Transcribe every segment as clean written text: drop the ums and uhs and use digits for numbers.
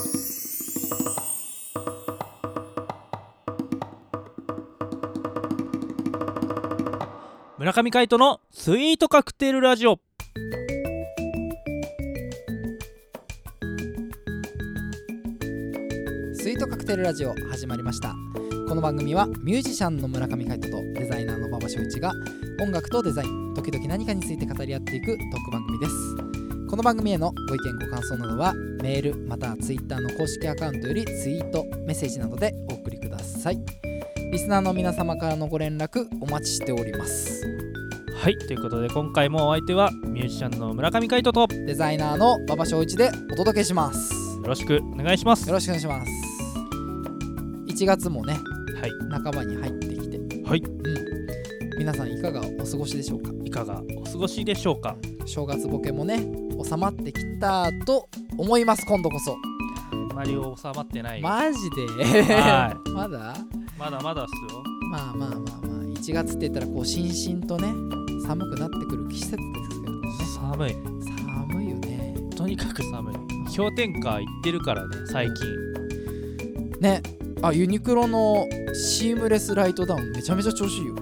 村上海人のスイートカクテルラジオ。 スイートカクテルラジオ始まりました。この番組はミュージシャンの村上海人とデザイナーの馬場翔一が音楽とデザイン、時々何かについて語り合っていくトーク番組です。この番組へのご意見ご感想などはメールまたはツイッターの公式アカウントよりツイート、メッセージなどでお送りください。リスナーの皆様からのご連絡お待ちしております。 はい、ということで今回もお相手はミュージシャンの村上海人とデザイナーの馬場翔一でお届けします。 よろしくお願いします。 よろしくお願いします。1月もね、 はい、 半ばに入ってきて、 はい、 皆さんいかがお過ごしでしょうか。 いかがお過ごしでしょうか。 正月ボケもね収まってきたと思います。今度こそあまり収まってない。 マジではいまだっすよ。 まあ1月って言ったらこうしんしんとね寒くなってくる季節ですけどね。寒いよね。 とにかく寒い。氷点下いってるからね最近ね。あ、ユニクロのシームレスライトダウンめちゃめちゃ調子いいよ。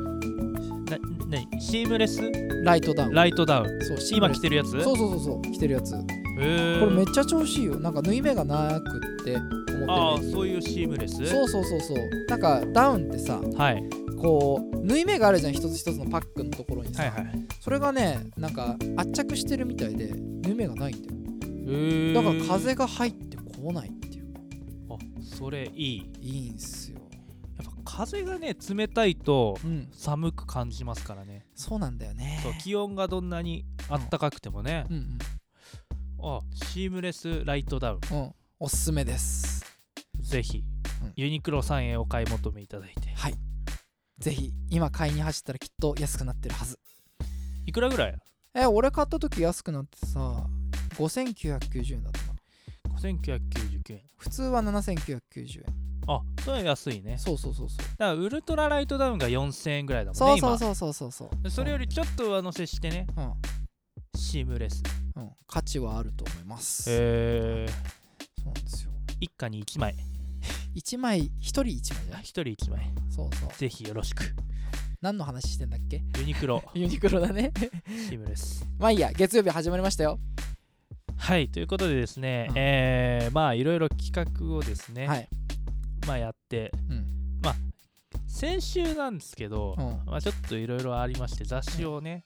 シームレスライトダウン。そう、 今着てるやつ。 そう着てるやつ。これめっちゃ調子いいよ。なんか縫い目がなくって思ってる。 ああ、そういうシームレス。 そうなんかダウンってさ、 はい、こう縫い目があるじゃん、一つ一つのパックのところにさ、 はいはい、 それがねなんか圧着してるみたいで縫い目がないんだよ。だから風が入ってこないっていう。 あ、それいいんすよ。 やっぱ風がね冷たいと寒く感じますからね。 そうなんだよね。 そう、気温がどんなにあったかくてもね、あ、シームレスライトダウン、 おすすめです。 ぜひ、ユニクロさんへお買い求めいただいて。 はい、ぜひ今買いに走ったらきっと安くなってるはず。 いくらぐらい？ 俺買った時安くなってさ5990円だったな。 5999円。 普通は7990円。 あ、それ安いね。 そうだからウルトラライトダウンが4000円ぐらいだもんね。 そうそれよりちょっと上乗せしてね、シームレス、 価値はあると思います。そうなんですよ。 一家に1枚 1枚、1人1枚じゃん。1 人1枚。 そうぜひよろしく。 何の話してんだっけ。 ユニクロユニクロだねシームレス。 まあいいや、月曜日始まりましたよ。 はい、ということでですね、まあいろいろ企画をですね、まあやって、まあ先週なんですけど、まあちょっといろいろありまして、雑誌をね、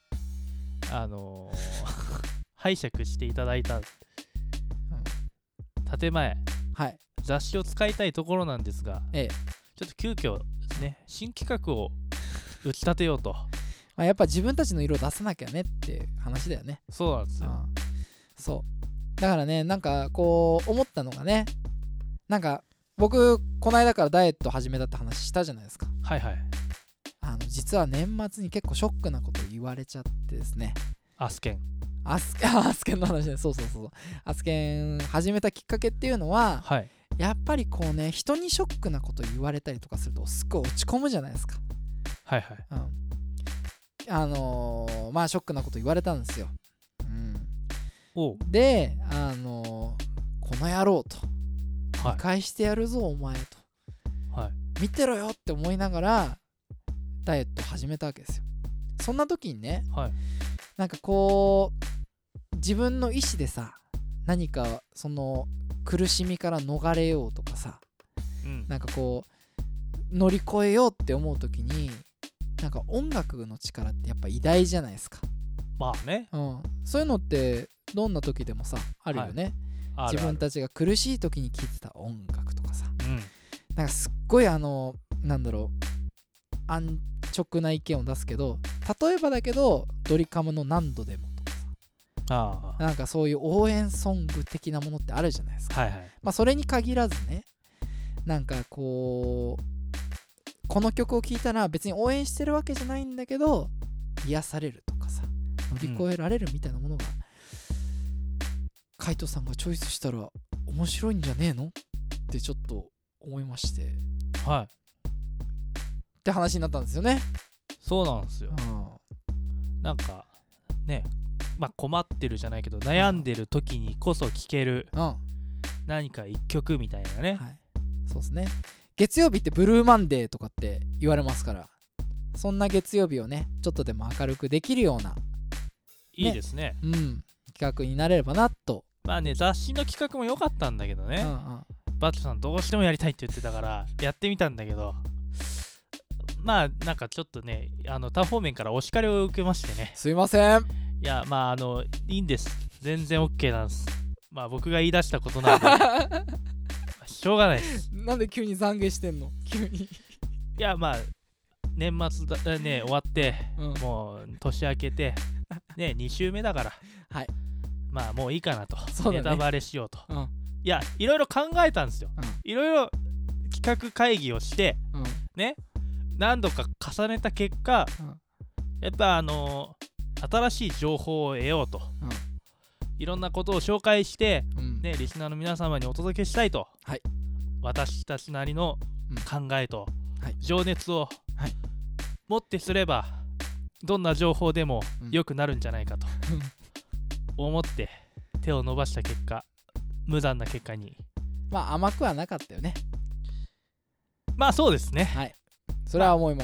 拝借していただいた建前、雑誌を使いたいところなんですが、ちょっと急遽ですね、新企画を打ち立てようと。 やっぱ自分たちの色を出さなきゃねって話だよね。 そうなんですよ。 そうだからね、なんかこう思ったのがね、なんか僕この間からダイエット始めたって話したじゃないですか。 はいはい。 実は年末に結構ショックなことを言われちゃってですね。 アスケンの話ね。そうアスケン始めたきっかけっていうのは、やっぱりこうね、人にショックなこと言われたりとかするとすっごい落ち込むじゃないですか。まあショックなこと言われたんですよ。でこの野郎と、見返してやるぞお前と、見てろよって思いながらダイエット始めたわけですよ。そんな時にね、なんかこう自分の意思でさ、何かその苦しみから逃れようとかさ、なんかこう乗り越えようって思う時に、なんか音楽の力ってやっぱ偉大じゃないですか。 まあね、 そういうのってどんな時でもさあるよね。自分たちが苦しい時に聴いてた音楽とかさ、なんかすっごいなんだろう、安直な意見を出すけど、例えばだけどドリカムの何度でもとかさ、なんかそういう応援ソング的なものってあるじゃないですか。まあそれに限らずね、なんかこの曲を聴いたら別に応援してるわけじゃないんだけど癒されるとかさ、乗り越えられるみたいなものが、海人さんがチョイスしたら面白いんじゃねえのってちょっと思いまして、って話になったんですよね。 そうなんですよ。なんかね、まあ困ってるじゃないけど、悩んでる時にこそ聴ける何か一曲みたいなね、 はい、そうですね。月曜日ってブルーマンデーとかって言われますから、そんな月曜日をねちょっとでも明るくできるような、ね、 いいですね、 企画になれればなと。 まあね、雑誌の企画も良かったんだけどね、バットさんどうしてもやりたいって言ってたからやってみたんだけど、まあなんかちょっとね他方面からお叱りを受けましてね。 すいません。 いやまあいいんです、全然 OK なんです。まあ僕が言い出したことなんでしょうがないです。 なんで急に懺悔してんの急に。 いやまあ年末だね終わって、もう年明けてね2週目だから、はい、まあもういいかなと、ネタバレしようと、いやいろいろ考えたんですよ、いろいろ企画会議をして、ね何度か重ねた結果、やっぱ新しい情報を得ようと、いろんなことを紹介して、ね、リスナーの皆様にお届けしたいと、はい、私たちなりの考えと、情熱を持ってすればどんな情報でも良くなるんじゃないかと思って手を伸ばした結果、無残な結果に、 まあ甘くはなかったよね。 まあそうですね、 はい、それは思います。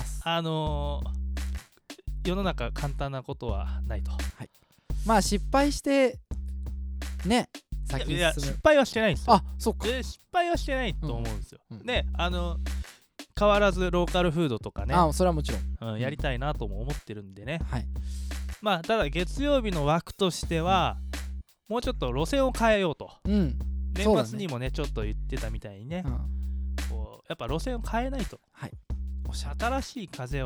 世の中簡単なことはないと、はい、 まあ失敗してね先に進む。 いや失敗はしてないんですよ。 あ、そっか。 失敗はしてないと思うんですよ、で変わらずローカルフードとかね、 それはもちろん、やりたいなとも思ってるんでね、まあただ月曜日の枠としてはもうちょっと路線を変えようと、年末にもねちょっと言ってたみたいにね、こうやっぱ路線を変えないと、新しい風を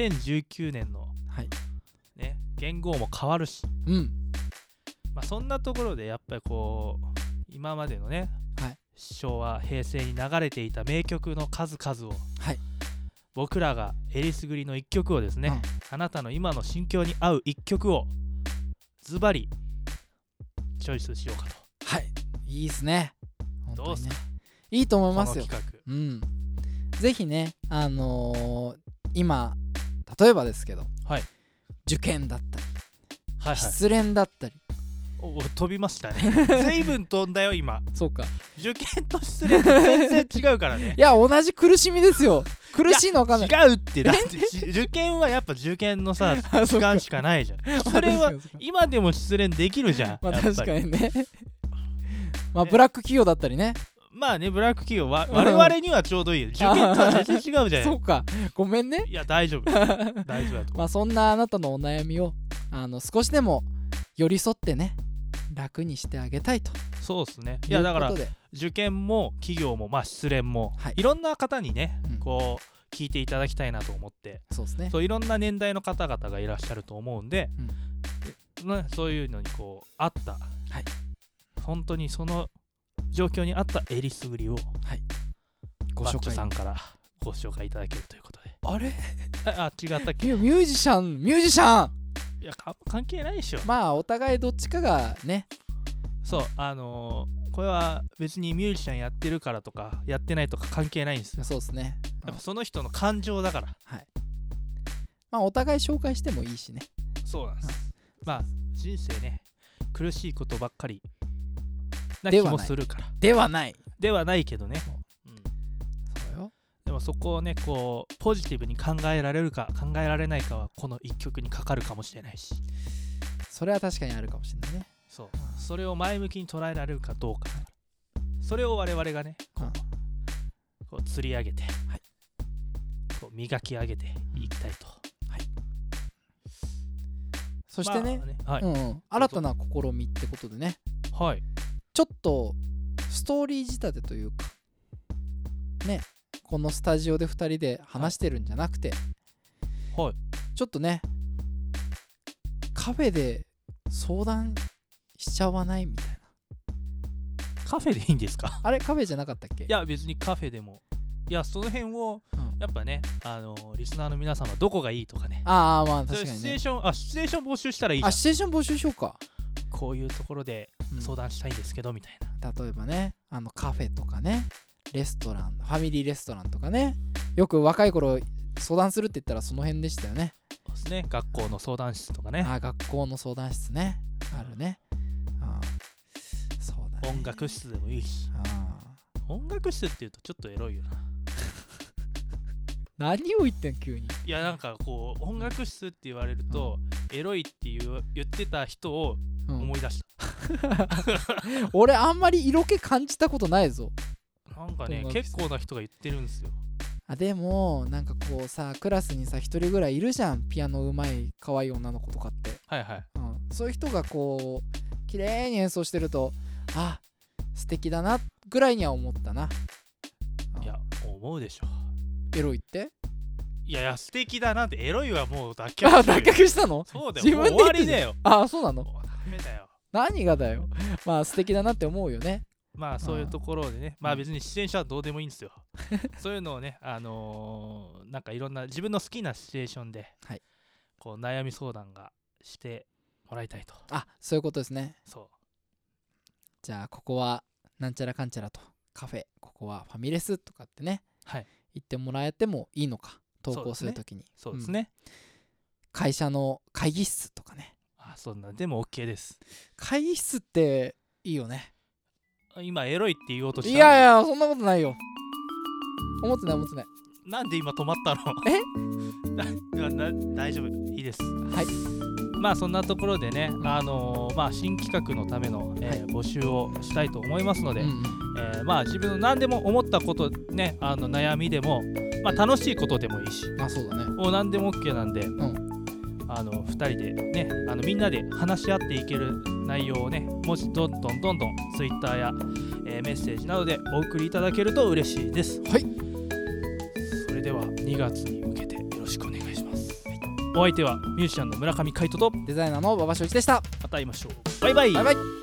2019年の、ね、元号も変わるし、まあ、そんなところでやっぱりこう今までのね、昭和平成に流れていた名曲の数々を、僕らがえりすぐりの一曲をですね、あなたの今の心境に合う一曲をズバリチョイスしようかと。 はい、いいですね。 どうすか？ いいと思いますよ。 この企画、ぜひね、今例えばですけど、受験だったり、失恋だったり、 飛びましたね。随分飛んだよ今。 そうか。 受験と失恋全然違うからね。 いや同じ苦しみですよ。苦しいの分かんない。 違うって、だって受験はやっぱ受験のさ時間しかないじゃん。失恋は今でも失恋できるじゃん。 まあ確かにね。まあブラック企業だったりね。 まあね、ブラック企業は我々にはちょうどいい。受験とは全然違うじゃん。 そうか、ごめんね。 いや大丈夫大丈夫だと。 まあそんなあなたのお悩みを少しでも寄り添ってね楽にしてあげたいと。 そうですね。いやだから受験も企業もまあ失恋も、いろんな方にね、こう聞いていただきたいなと思って、 そうですね。 そういろんな年代の方々がいらっしゃると思うんで、そういうのにこうあった、本当にその状況にあったえりすぐりを、ご紹介さんからご紹介いただけるということで。 あれ違ったっけ？ ミュージシャンいや関係ないでしょ。 まあお互いどっちかがね。 そうこれは別にミュージシャンやってるからとかやってないとか関係ないんですよ。 そうですね。 やっぱその人の感情だから。 まあお互い紹介してもいいしね。 そうなんです。まあ人生ね苦しいことばっかりな気もするから。 ではないけどね。そうよ。でもそこをねこうポジティブに考えられるか考えられないかはこの一曲にかかるかもしれないし。 それは確かにあるかもしれないね。 それを前向きに捉えられるかどうか。それを我々がねこう釣り上げて、こう磨き上げていきたいと。 そしてね、新たな試みってことでね、ちょっとストーリー仕立てというかね、このスタジオで2人で話してるんじゃなくて、ちょっとねカフェで相談しちゃわないみたいな。 カフェでいいんですか？ あれカフェじゃなかったっけ？ いや別にカフェでも、いやその辺をやっぱねリスナーの皆様どこがいいとかね。 まあ確かにね。 シチュエーション募集したらいいじゃん。 シチュエーション募集しようか。 こういうところで相談したいんですけどみたいな。例えばねカフェとかね、レストラン、ファミリーレストランとかね、よく若い頃相談するって言ったらその辺でしたよね。 そうですね。学校の相談室とかね。 学校の相談室ね、あるね。そうだ音楽室でもいいし。音楽室っていうとちょっとエロいよな。 何を言ってん急に。 いやなんかこう音楽室って言われると、エロいって言ってた人を思い出した、 俺あんまり色気感じたことないぞ。 なんかね結構な人が言ってるんですよ。 でもなんかこうさクラスにさ一人ぐらいいるじゃん、ピアノうまい可愛い女の子とかって。 はいはい、 そういう人がこう綺麗に演奏してると素敵だなぐらいには思ったな。 いや思うでしょ。 エロいって？ いや素敵だなって。エロいはもう脱却脱却したの？ そうだよ、自分で終わりだよ。 そうなの？ ダメだよ。 何がだよ。まあ素敵だなって思うよね。 まあそういうところでね、まあ別に出演者はどうでもいいんですよ。そういうのをね、なんかいろんな自分の好きなシチュエーションで、こう悩み相談がしてもらいたいと。 そういうことですね。 そう。 じゃあここはなんちゃらかんちゃらとカフェ、ここはファミレスとかってね、言ってもらえてもいいのか、投稿するときに。 そうですね。 会社の会議室とかね。 そんなでも OK です。 会議室っていいよね。 今エロいって言おうとした。 いやいやそんなことないよ。思ってない。 なんで今止まったの？大丈夫、いいです。まあそんなところでね、まあ新企画のための、募集をしたいと思いますので、まあ自分の何でも思ったことね、悩みでも、まあ楽しいことでもいいし、 そうだね。 何でも OK なんで、2人でね、みんなで話し合っていける内容をね、もしどんどん Twitter や、メッセージなどでお送りいただけると嬉しいです。それでは2月に向けてよろしくお願いします。お相手はミュージシャンの村上海人とデザイナーの馬場翔一でした。 また会いましょう。バイバイ。